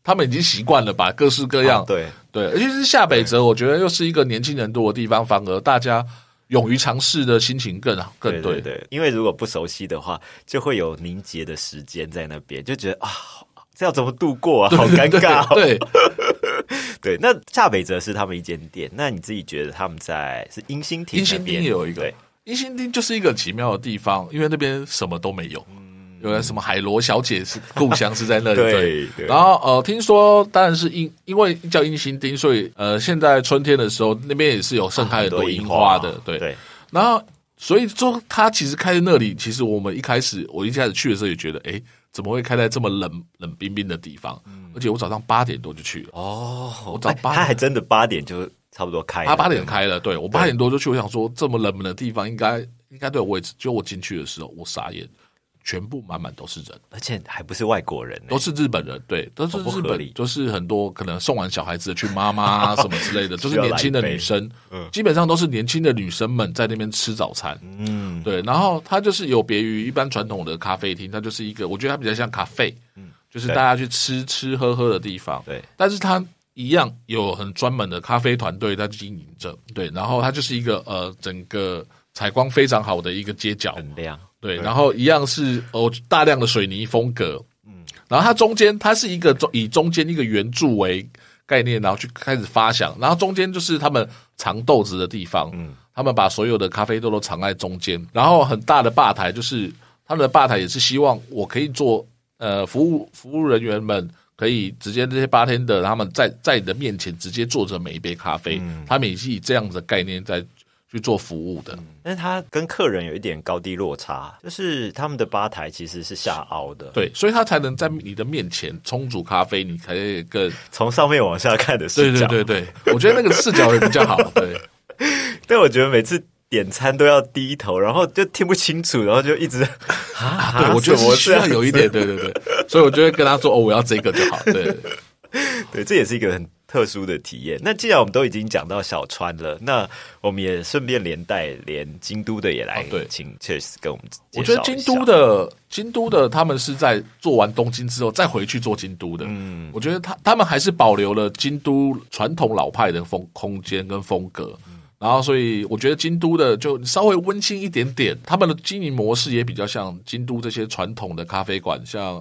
他们已经习惯了吧，各式各样。 对， 而且是下北泽，我觉得又是一个年轻人多的地方，反而大家勇于尝试的心情更对。 对，因为如果不熟悉的话，就会有凝结的时间在那边，就觉得这要怎么度过啊？好尴尬。 对。 对，那下北泽是他们一间店，那你自己觉得他们是英心町那边？ 英心町也有一个，英心町就是一个奇妙的地方，因为那边什么都没有。有什么海螺小姐是故乡是在那里，对。然后听说当然是因为叫英心町，所以现在春天的时候那边也是有盛开很多樱花的，对。然后所以说它其实开在那里，其实我一开始去的时候也觉得，怎么会开在这么冷冰冰的地方？而且我早上8点多就去了。我早8点， 他还真的8点就差不多开了。 他8点开了，对，我8点多就去。我想说这么冷门的地方应该都有位置。就我进去的时候，我傻眼，全部满满都是人， 而且还不是外国人， 都是日本人，对，都是日本，就是很多可能送完小孩子的去妈妈什么之类的，就是年轻的女生，基本上都是年轻的女生们在那边吃早餐，对，然后它就是有别于一般传统的咖啡厅，它就是一个，我觉得它比较像咖啡，就是大家去吃喝的地方，对，但是它一样有很专门的咖啡团队在经营着，对，然后它就是一个整个采光非常好的一个街角， 很亮。 对，然后一样是大量的水泥风格，然后它中间它是一个以中间一个圆柱为概念，然后去开始发想，然后中间就是他们藏豆子的地方，他们把所有的咖啡豆都藏在中间，然后很大的吧台，就是他们的吧台也是希望我可以做服务人员们可以直接这些bartender他们在你的面前直接坐着每一杯咖啡，他们也是以这样子的概念在去做服务的， 但是他跟客人有一点高低落差，就是他们的吧台其实是下凹的， 对，所以他才能在你的面前冲煮咖啡，你可以更从上面往下看的视角， 对，我觉得那个视角也比较好，对。 但我觉得每次点餐都要低头，然后就听不清楚，然后就一直对，我觉得是需要有一点，对，所以我就会跟他说我要这个就好， 对，这也是一个很特殊的体验。那既然我们都已经讲到小川了，那我们也顺便连京都的也来请 Cheers 跟我们介绍一下。 我觉得京都的他们是在做完东京之后再回去做京都的，我觉得他们还是保留了京都传统老派的空间跟风格。然后，所以我觉得京都的就稍微温馨一点点，他们的经营模式也比较像京都这些传统的咖啡馆，像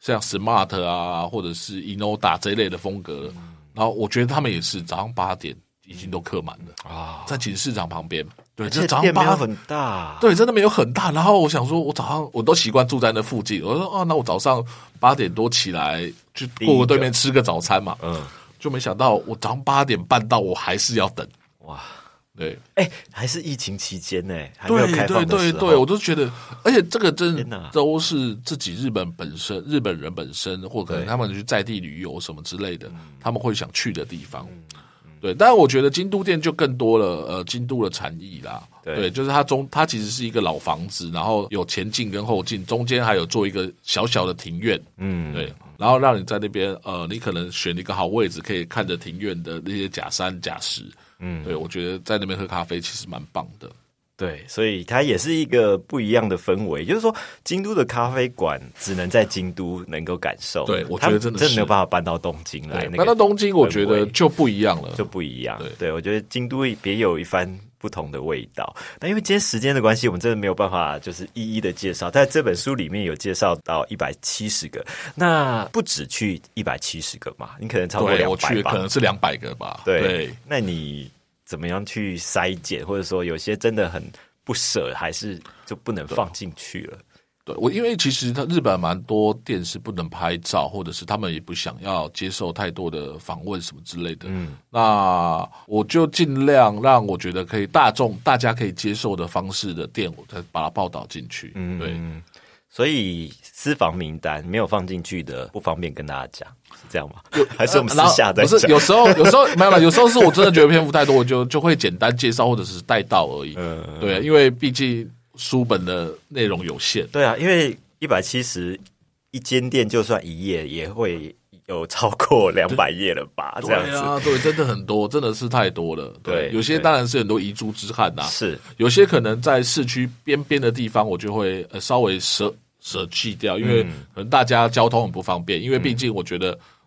Smart 啊，或者是 Inoda 这一类的风格。然后我觉得他们也是早上8点已经都客满了啊，在锦市场旁边。对， 这早上8很大， 对，真的没有很大。然后我想说，我早上我都习惯住在那附近，我说那我早上8点多起来去过个对面吃个早餐嘛，就没想到我早上8点半到，我还是要等，哇。对， 还是疫情期间呢，还没有开放的时候， 对，我都觉得，而且这个真的都是自己日本人本身，或可能他们去在地旅游什么之类的，他们会想去的地方。对，但是我觉得京都店就更多了，京都的禅意啦。对，就是它其实是一个老房子，然后有前进跟后进，中间还有做一个小小的庭院。对，然后让你在那边，你可能选一个好位置，可以看着庭院的那些假山假石。对，我觉得在那边喝咖啡其实蛮棒的。 对，所以它也是一个不一样的氛围。就是说，京都的咖啡馆只能在京都能够感受。 对，我觉得真的没有办法搬到东京来。 搬到东京，我觉得就不一样了， 就不一样。对，我觉得京都别有一番不同的味道。那因为今天时间的关系，我们真的没有办法就是一一的介绍。在这本书里面有介绍到170个，那不止去170个嘛，你可能超过200吧。 对，我去可能是200个吧。对， 那你怎么样去筛减，或者说有些真的很不舍，还是就不能放进去了？ 对，因为其实日本蛮多店是不能拍照，或者是他们也不想要接受太多的访问什么之类的。那我就尽量让我觉得可以大家可以接受的方式的店，我再把它报道进去。对。 所以私房名单没有放进去的，不方便跟大家讲，是这样吗？还是我们私下再讲？ 不是，有时候没有啦，有时候是我真的觉得篇幅太多，我就会简单介绍或者是带到而已。对，因为毕竟书本的内容有限。 对啊，因为170一间店就算一页也会有超过200页了吧？这样子， 对啊，对，真的很多，真的是太多了。对，有些当然是很多遗珠之憾呐， 是有些可能在市区边的地方，我就会稍微舍弃掉，因为可能大家交通很不方便。因为毕竟我觉得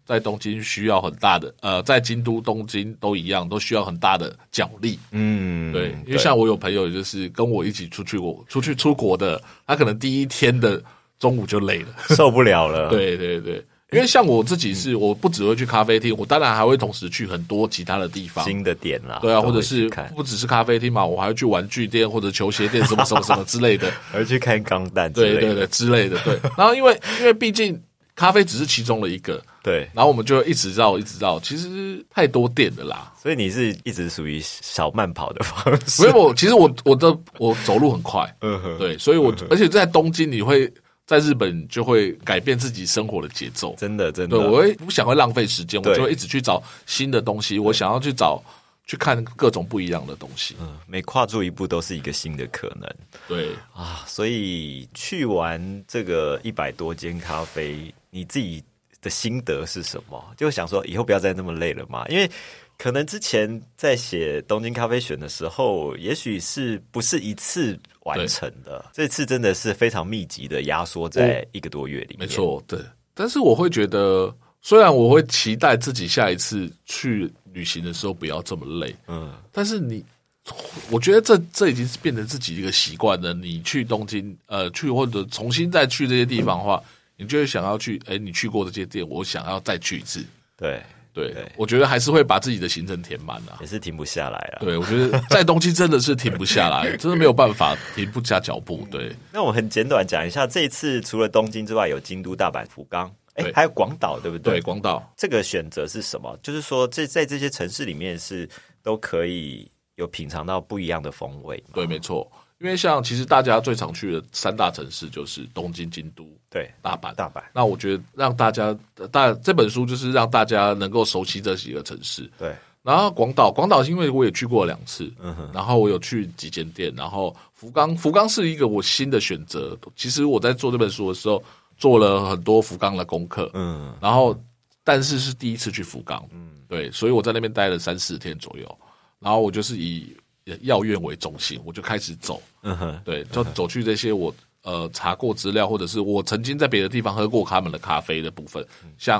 在东京需要很大的在京都、东京都一样，都需要很大的脚力。对，因为像我有朋友就是跟我一起出国的，他可能第一天的中午就累了， 受不了了。 对对对。因为像我自己是，我不只会去咖啡厅，我当然还会同时去很多其他的地方， 新的店啦， 对啊，或者是不只是咖啡厅嘛，我还会去玩具店或者球鞋店什么什么什么之类的， 而去看钢弹之类的， 对对对之类的，对。然后因为毕竟咖啡只是其中的一个， 对， 然后我们就一直绕，其实太多店了啦， 所以你是一直属于小慢跑的方式。 因为其实我走路很快，对，所以而且在东京你会。在日本就会改变自己生活的节奏， 真的。对， 我不想会浪费时间，我就会一直去找新的东西，我想要去看各种不一样的东西。 每跨出一步都是一个新的可能。 对啊，所以去完这个100多间咖啡，你自己的心得是什么？就想说以后不要再那么累了嘛，因为可能之前在写东京咖啡选的时候，也许是不是一次完成的，这次真的是非常密集的压缩在1个多月里面。 没错，对。但是我会觉得，虽然我会期待自己下一次去旅行的时候不要这么累，但是我觉得这已经是变成自己一个习惯了。你去东京，去或者重新再去这些地方的话，你就会想要去，你去过这些店，我想要再去一次。对，我觉得还是会把自己的行程填满啊， 也是停不下来啊。 对，我觉得在东京真的是停不下来，真的没有办法停不下脚步。对， 那我很简短讲一下，这一次除了东京之外，有京都、大阪、福冈，还有广岛，对不对？ 对，广岛这个选择是什么？就是说，在这些城市里面是都可以有品尝到不一样的风味。 对，没错。因为像其实大家最常去的3大城市就是东京、京都、 对， 大阪。 那我觉得让这本书就是让大家能够熟悉这几个城市。 对， 然后广岛因为我也去过2次，然后我有去几间店，然后福冈是一个我新的选择。其实我在做这本书的时候做了很多福冈的功课，然后但是第一次去福冈，对，所以我在那边待了3-4天左右，然后我就是以药院为中心，我就开始走，对，就走去这些我查过资料，或者是我曾经在别的地方喝过他们的咖啡的部分，像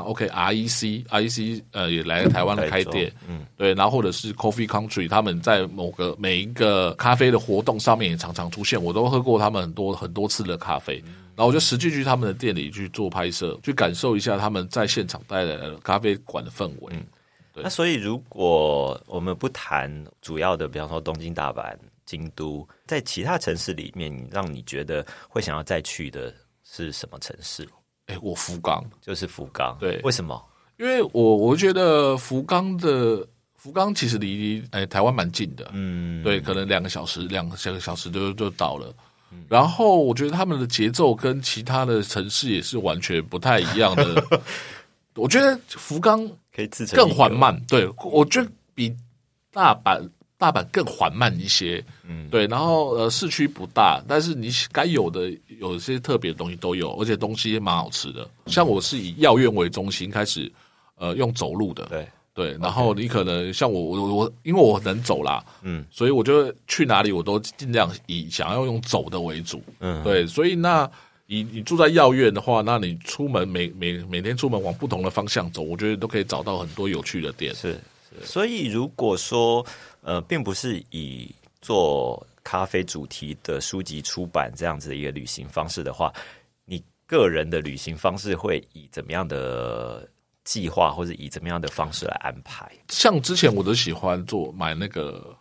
REC 也来台湾的开店，对，然后或者是 Coffee Country， 他们在每一个咖啡的活动上面也常常出现，我都喝过他们很多次的咖啡，然后我就实际去他们的店里去做拍摄，去感受一下他们在现场带来的咖啡馆的氛围。 那所以如果我们不谈主要的，比方说东京、大阪、京都，在其他城市里面，让你觉得会想要再去的是什么城市？ 我福冈， 就是福冈。 对， 为什么？ 因为我觉得福冈其实离台湾蛮近的，对，可能2个小时就到了。然后我觉得他们的节奏跟其他的城市也是完全不太一样的。我觉得福冈可以自成更缓慢，对，我觉得比大阪更缓慢一些，对，然后市区不大，但是你该有一些特别的东西都有，而且东西也蛮好吃的。像我是以药院为中心开始用走路的，对，然后你可能像我因为我能走啦，所以我就去哪里我都尽量以想要用走的为主，对，所以你住在药院的话，那你出门每天出门往不同的方向走，我觉得都可以找到很多有趣的店。 是，所以如果说并不是以做咖啡主题的书籍出版这样子的一个旅行方式的话，你个人的旅行方式会以怎么样的计划，或者以怎么样的方式来安排？ 像之前我都喜欢买那个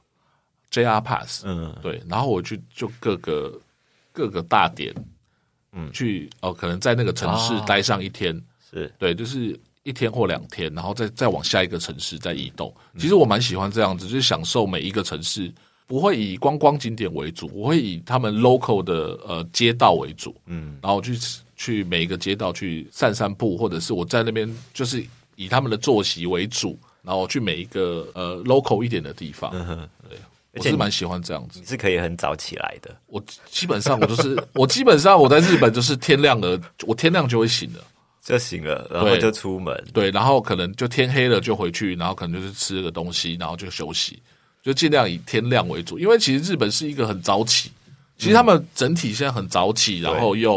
JR Pass，对，然后我就各个大点。去可能在那个城市待上1天，是对，就是1天或2天，然后再往下一个城市再移动。其实我蛮喜欢这样子，就是享受每一个城市，不会以观光景点为主，我会以他们 local 的街道为主，然后去每一个街道去散步，或者是我在那边就是以他们的作息为主，然后去每一个local 一点的地方，对。我是蛮喜欢这样子， 你是可以很早起来的。 我基本上我在日本就是天亮了，我天亮就会醒了，然后就出门， 对，然后可能就天黑了就回去，然后可能就是吃个东西，然后就休息，就尽量以天亮为主。因为其实日本是一个很早起，其实他们整体现在很早起，然后又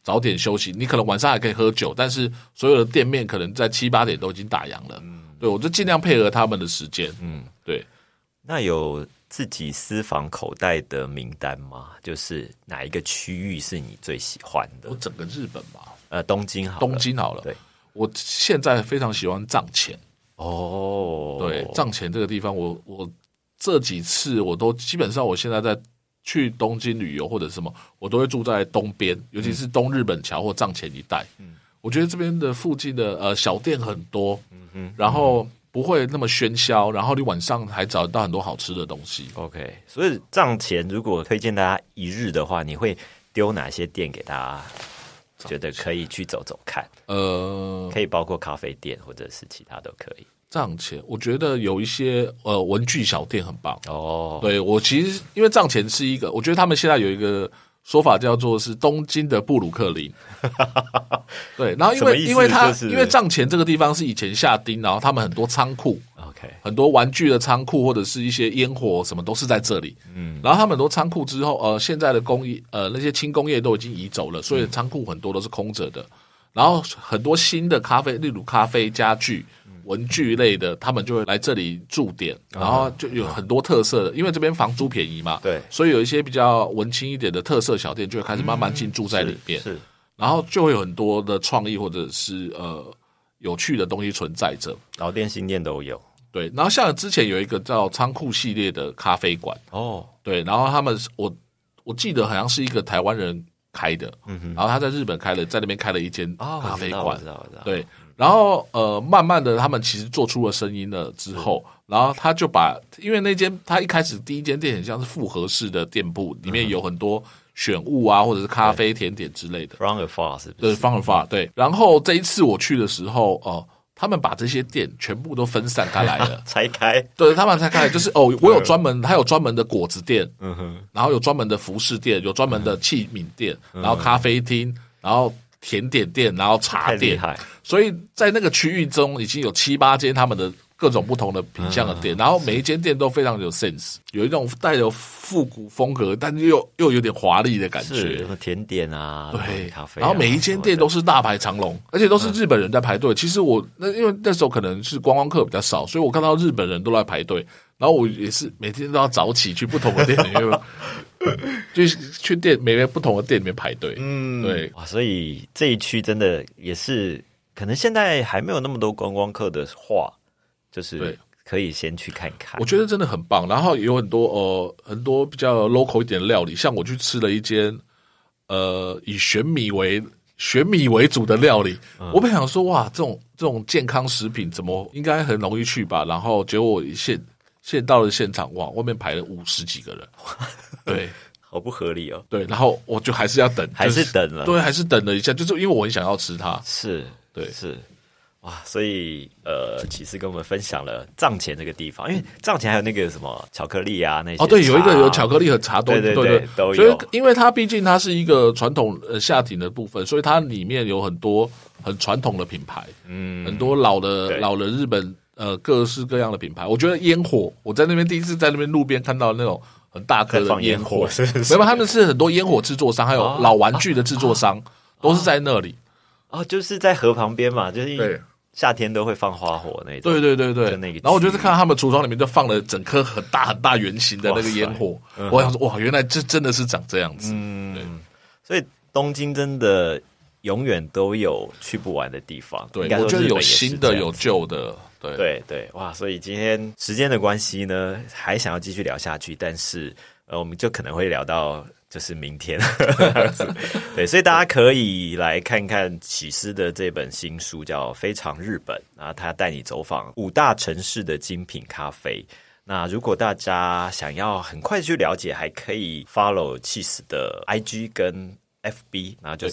早点休息，你可能晚上还可以喝酒，但是所有的店面可能在7、8点都已经打烊了。对，我就尽量配合他们的时间。对。 那有自己私房口袋的名单吗？就是哪一个区域是你最喜欢的？ 我整个日本吧， 东京好了。 对，我现在非常喜欢藏前。 对， 藏前这个地方，我这几次我都基本上，我现在在去东京旅游或者什么，我都会住在东边，尤其是东日本桥或藏前一带。我觉得这边的附近的小店很多，然后不会那么喧嚣，然后你晚上还找得到很多好吃的东西。 OK， 所以藏前如果推荐大家一日的话，你会丢哪些店给大家？觉得可以去走走看？可以包括咖啡店或者是其他都可以。 藏前我觉得有一些文具小店很棒哦。 对，我其实因为藏前是一个，我觉得他们现在有一个说法叫做是东京的布鲁克林。对，然后因为藏前这个地方是以前下町，然后他们很多仓库 ，OK， 很多玩具的仓库或者是一些烟火什么都是在这里。然后他们很多仓库之后，现在的工业那些轻工业都已经移走了，所以仓库很多都是空着的。然后很多新的咖啡，例如咖啡、家具、文具类的，他们就会来这里驻点，然后就有很多特色的，因为这边房租便宜嘛， 对， 所以有一些比较文青一点的特色小店就会开始慢慢进驻在里面， 是， 然后就会有很多的创意或者是有趣的东西存在着， 老店新店都有。 对，然后像之前有一个叫仓库系列的咖啡馆，对，然后他们我记得好像是一个台湾人开的，然后他在日本开了，在那边开了一间咖啡馆， 我知道。 对，然后慢慢的他们其实做出了声音了之后，然后他就因为那间他一开始第一间店很像是复合式的店铺，里面有很多选物啊，或者是咖啡、甜点之类的。 From Afar 是不是？ 对 ，From Afar 对。然后这一次我去的时候，他们把这些店全部都分散开来了， 拆开。 对，他们拆开来，就是我有他有专门的果子店，然后有专门的服饰店，有专门的器皿店，然后咖啡厅，然后甜点店，然后茶店，所以在那个区域中已经有7、8间他们的各种不同的品项的店，然后每一间店都非常有 sense， 有一种带有复古风格，但是又有点华丽的感觉。 甜点啊， 对， 咖啡， 然后每一间店都是大排长龙，而且都是日本人在排队。其实因为那时候可能是观光客比较少，所以我看到日本人都在排队，然后我也是每天都要早起去不同的店里面，就是去每个不同的店里面排队。对， 哇，所以这一区真的也是，可能现在还没有那么多观光客的话，就是可以先去看看。 我觉得真的很棒，然后有很多比较 local 一点的料理，像我去吃了一间以玄米为主的料理，我本想说哇，这种健康食品怎么应该很容易去吧，然后结果我现到了现场，哇，外面排了50几个人，对。 好不合理哦。 对，然后我就还是要等， 还是等了， 对，还是等了一下，就是因为我很想要吃它。 是， 对， 是，哇，所以启司跟我们分享了藏前这个地方，因为藏前还有那个什么巧克力啊那些。 对，有一个有巧克力和茶对都有。 所以，因为它毕竟它是一个传统下町的部分，所以它里面有很多很传统的品牌，很多老的日本各式各样的品牌。我觉得烟火，我在那边第一次在那边路边看到那种很大颗的烟火，没有，他们是很多烟火制作商，还有老玩具的制作商，都是在那里。 就是在河旁边嘛，就是夏天都会放花火那种。 对， 那个。 然后我就是看到他们橱窗里面就放了整颗很大很大圆形的那个烟火，我想说哇，原来这真的是长这样子。对， 所以东京真的永远都有去不完的地方。 对，我觉得有新的有旧的。 对，哇！所以今天时间的关系呢，还想要继续聊下去，但是我们就可能会聊到就是明天。对，所以大家可以来看看启司的这本新书，叫《非常日本》，然后他带你走访5大城市的精品咖啡。那如果大家想要很快去了解，还可以 follow 启司的 IG 跟 FB， 然后就是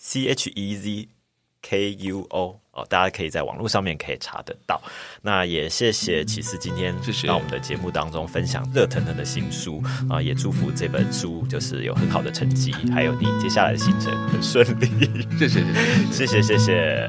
CHEZKUO。大家可以在网络上面可以查得到。那也谢谢启司今天到我们的节目当中分享热腾腾的新书啊，也祝福这本书就是有很好的成绩，还有你接下来的行程很顺利。 谢谢。